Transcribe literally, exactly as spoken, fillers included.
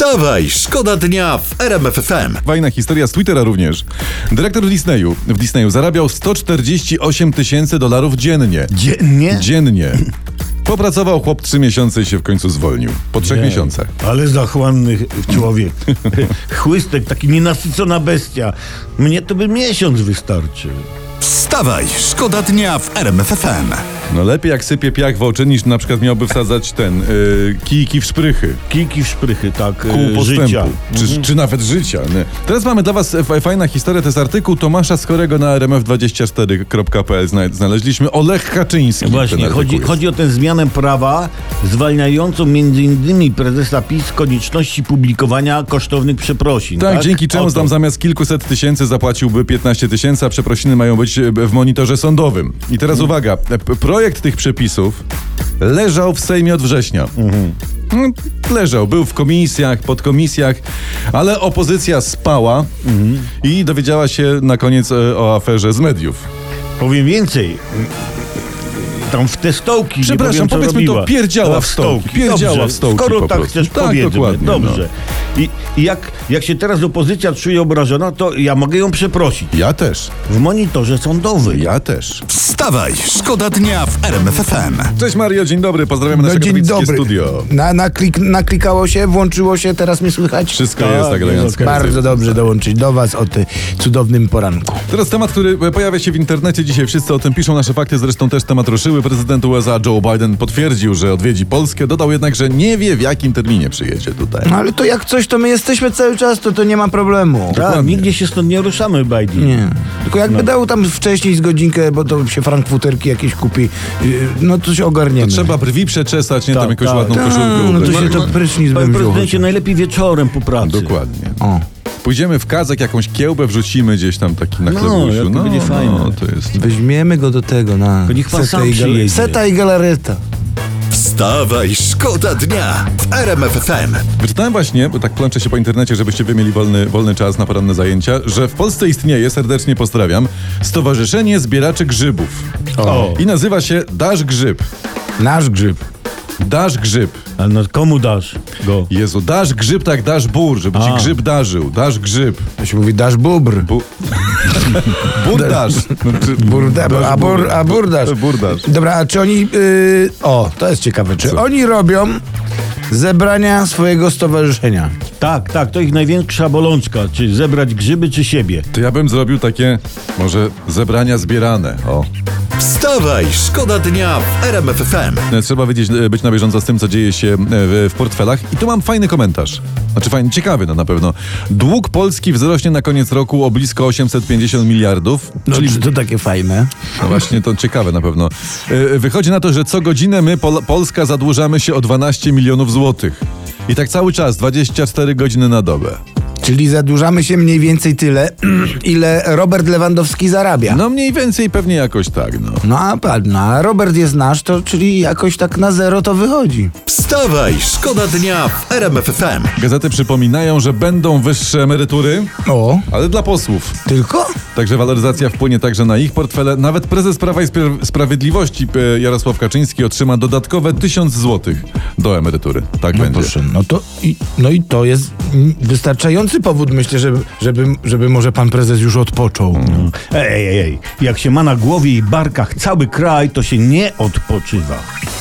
Wstawaj, szkoda dnia w R M F F M. Fajna historia z Twittera również. Dyrektor w Disneyu, w Disneyu zarabiał sto czterdzieści osiem tysięcy dolarów dziennie. Dziennie? Dziennie. Popracował chłop trzy miesiące i się w końcu zwolnił. Po trzech Nie. miesiącach. Ale zachłanny człowiek. Chłystek, taki nienasycona bestia. Mnie to by miesiąc wystarczył. Wstawaj, szkoda dnia w R M F F M. No lepiej jak sypie piach w oczy, niż na przykład miałby wsadzać ten, yy, kijki w szprychy. Kijki w szprychy, tak, Kół e, postępu. życia. Czy, Mhm. czy nawet życia. Nie? Teraz mamy dla was f- fajna historia. To jest artykuł Tomasza Skorego na r m f dwadzieścia cztery kropka p l. Znaleźliśmy. Olech Kaczyński. Właśnie, ten chodzi, artykuł chodzi o tę zmianę prawa zwalniającą między innymi prezesa PiS z konieczności publikowania kosztownych przeprosin. Tak, Tak, dzięki czemu Oto. tam zamiast kilkuset tysięcy zapłaciłby piętnaście tysięcy, a przeprosiny mają być w monitorze sądowym. I teraz Mhm. uwaga, p- projekt tych przepisów leżał w Sejmie od września. Mhm. No, leżał, był w komisjach, podkomisjach, ale opozycja spała Mhm. i dowiedziała się na koniec e, o aferze z mediów. Powiem więcej. Tam w te stołki. nie Przepraszam, powiem, co powiedzmy to, robiła. pierdziała A, w stołki, pierdziała Dobrze, w stołki Skoro po tak prostu. chcesz, Tak, powiedzmy. dokładnie, Dobrze. I, i jak, jak się teraz opozycja czuje obrażona, to ja mogę ją przeprosić. Ja też, W monitorze sądowym. ja też. Wstawaj, szkoda dnia w R M F F M. Cześć Mario, dzień dobry, pozdrawiamy No nasze dzień katowickie dobry. studio. Na, naklik, naklikało się, włączyło się, teraz mnie słychać? Wszystko Tak, jest tak elegancko. Bardzo dobrze dołączyć do was o tym cudownym poranku. Teraz temat, który pojawia się w internecie dzisiaj. Wszyscy o tym piszą. Nasze fakty zresztą też temat ruszyły. Prezydent U S A Joe Biden potwierdził, że odwiedzi Polskę. Dodał jednak, że nie wie, w jakim terminie przyjedzie tutaj. No ale to jak coś, to my jesteśmy cały czas, to to nie ma problemu. Tak, Dokładnie. nigdzie się stąd nie ruszamy, Biden. Nie. Tylko jakby dał tam wcześniej z godzinkę, bo to się frankfuterki jakieś kupi, yy, no to się ogarniemy. To trzeba brwi przeczesać, nie Tak, tam jakąś tak. ładną Ta, koszulkę no to ubrać. się to prysznic Panie bym wziął. prezydencie, najlepiej wieczorem po pracy. Dokładnie. O. Pójdziemy w kazak, jakąś kiełbę wrzucimy gdzieś tam taki na No, chlebusiu. jak to będzie fajne. No, to jest... Weźmiemy go do tego na To niech pan sam i gal- przyjedzie. seta i galareta. Wstawaj, szkoda dnia w R M F F M. Wyczytałem właśnie, bo tak plączę się po internecie, żebyście wy mieli wolny, wolny czas na poranne zajęcia, że w Polsce istnieje, serdecznie pozdrawiam, Stowarzyszenie Zbieraczy Grzybów. O. I nazywa się Dasz Grzyb. Nasz grzyb. Dasz Grzyb. Ale no komu dasz go? Jezu, dasz grzyb tak, dasz bór, żeby ci A. grzyb darzył. Dasz grzyb. To się mówi dasz bubr. Bu... Bur dasz. Znaczy, Burda, dasz a, bur, a burdasz. Burdasz. Dobra, a czy oni... Yy, o, to jest ciekawe. Czy Co? oni robią zebrania swojego stowarzyszenia? Tak, tak, to ich największa bolączka. Czy zebrać grzyby, czy siebie. To ja bym zrobił takie, może zebrania zbierane. O. Wstawaj, szkoda dnia w R M F F M. Trzeba wiedzieć, być na bieżąco z tym, co dzieje się w, w portfelach. I tu mam fajny komentarz. Znaczy fajny, ciekawy no na pewno. Dług Polski wzrośnie na koniec roku o blisko osiemset pięćdziesiąt miliardów. No, czyli czy to takie fajne? No właśnie, to ciekawe na pewno. Yy, Wychodzi na to, że co godzinę my, Pol- Polska, zadłużamy się o dwanaście milionów złotych. I tak cały czas, dwadzieścia cztery godziny na dobę. Czyli zadłużamy się mniej więcej tyle, ile Robert Lewandowski zarabia. No mniej więcej pewnie jakoś tak, no. No a patrz, no, a Robert jest nasz, to czyli jakoś tak na zero to wychodzi. Wstawaj, szkoda dnia w R M F F M. Gazety przypominają, że będą wyższe emerytury, O, ale dla posłów. tylko? Także waloryzacja wpłynie także na ich portfele. Nawet prezes Prawa i Spra- Sprawiedliwości e, Jarosław Kaczyński otrzyma dodatkowe tysiąc złotych do emerytury. Tak No będzie. proszę, no to i, no i to jest mm, wystarczający powód, myślę, żeby, żeby, żeby może pan prezes już odpoczął. Ej, ej, ej, jak się ma na głowie i barkach cały kraj, to się nie odpoczywa.